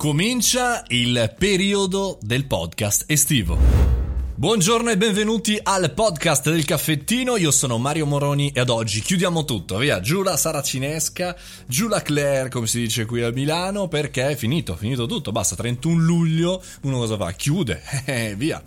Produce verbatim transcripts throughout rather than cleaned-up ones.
Comincia il periodo del podcast estivo. Buongiorno e benvenuti al podcast del caffettino, io sono Mario Moroni e ad oggi chiudiamo tutto, via, giù la saracinesca, giù la Claire come si dice qui a Milano, perché è finito, finito tutto, basta, trentuno luglio, uno cosa fa? Chiude, eh, via.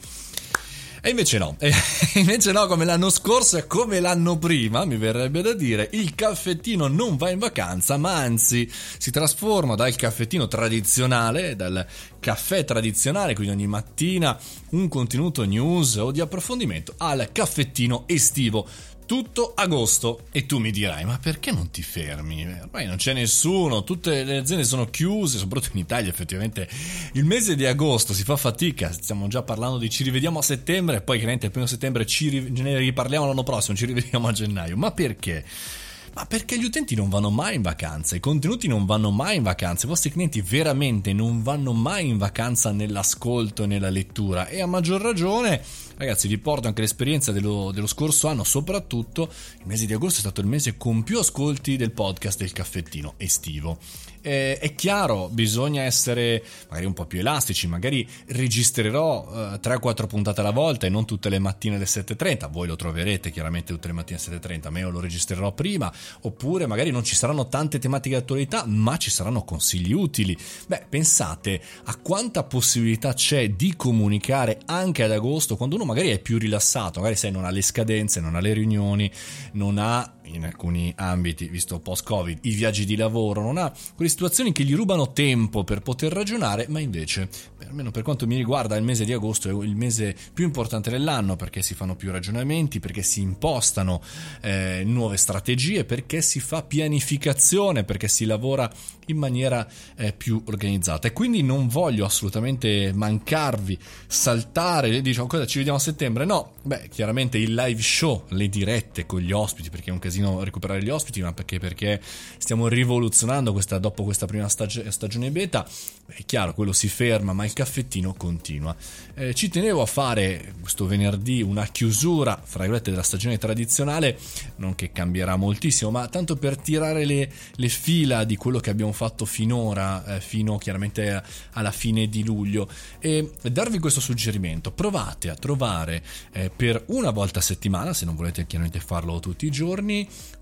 E invece no, e invece no, come l'anno scorso e come l'anno prima, mi verrebbe da dire, il caffettino non va in vacanza, ma anzi si trasforma dal caffettino tradizionale, dal caffè tradizionale, quindi ogni mattina un contenuto news o di approfondimento, al caffettino estivo. Tutto agosto. E tu mi dirai, ma perché non ti fermi? Ormai non c'è nessuno, tutte le aziende sono chiuse, soprattutto in Italia effettivamente il mese di agosto si fa fatica, stiamo già parlando di ci rivediamo a settembre e poi chiaramente il primo settembre ci ri- ne riparliamo l'anno prossimo, ci rivediamo a gennaio. Ma perché? Ma perché gli utenti non vanno mai in vacanza, i contenuti non vanno mai in vacanza, i vostri clienti veramente non vanno mai in vacanza nell'ascolto e nella lettura, e a maggior ragione, ragazzi, vi porto anche l'esperienza dello, dello scorso anno, soprattutto il mese di agosto è stato il mese con più ascolti del podcast del caffettino estivo. Eh, è chiaro, bisogna essere magari un po' più elastici, magari registrerò eh, tre quattro puntate alla volta e non tutte le mattine alle sette e trenta, voi lo troverete chiaramente tutte le mattine alle sette e trenta, ma io lo registrerò prima, oppure magari non ci saranno tante tematiche di attualità, ma ci saranno consigli utili. Beh, pensate a quanta possibilità c'è di comunicare anche ad agosto, quando uno magari è più rilassato, magari sai non ha le scadenze, non ha le riunioni, non ha in alcuni ambiti, visto post-Covid, i viaggi di lavoro, non ha quelle situazioni che gli rubano tempo per poter ragionare, ma invece, almeno per quanto mi riguarda, il mese di agosto è il mese più importante dell'anno, perché si fanno più ragionamenti, perché si impostano eh, nuove strategie, perché si fa pianificazione, perché si lavora in maniera eh, più organizzata. E quindi non voglio assolutamente mancarvi, saltare, diciamo cosa, ci vediamo a settembre? No, beh, chiaramente il live show, le dirette con gli ospiti, perché è un casino recuperare gli ospiti, ma perché perché stiamo rivoluzionando questa, dopo questa prima stag- stagione beta, è chiaro, quello si ferma, ma il caffettino continua. Eh, ci tenevo a fare questo venerdì una chiusura, fra virgolette, della stagione tradizionale, non che cambierà moltissimo, ma tanto per tirare le, le fila di quello che abbiamo fatto finora, eh, fino chiaramente alla fine di luglio, e darvi questo suggerimento: provate a trovare eh, per una volta a settimana, se non volete chiaramente farlo tutti i giorni,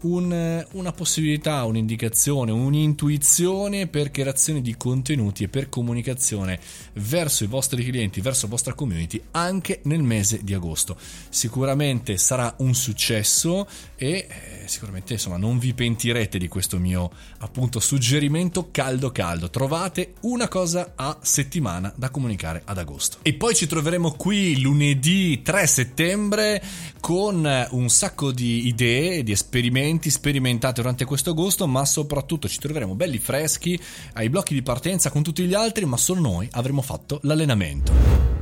un, una possibilità, un'indicazione, un'intuizione per creazione di contenuti e per comunicazione verso i vostri clienti, verso la vostra community anche nel mese di agosto. Sicuramente sarà un successo e eh, sicuramente insomma non vi pentirete di questo mio appunto suggerimento caldo caldo. Trovate una cosa a settimana da comunicare ad agosto. E poi ci troveremo qui lunedì tre settembre con un sacco di idee, di esperimenti sperimentati durante questo agosto, ma soprattutto ci troveremo belli freschi ai blocchi di partenza con tutti gli altri, ma solo noi avremo fatto l'allenamento.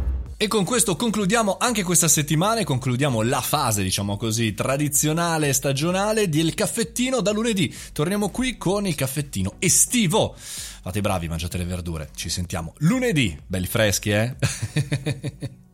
E con questo concludiamo anche questa settimana e concludiamo la fase, diciamo così, tradizionale e stagionale del caffettino da lunedì. Torniamo qui con il caffettino estivo. Fate i bravi, mangiate le verdure. Ci sentiamo lunedì, belli freschi, eh?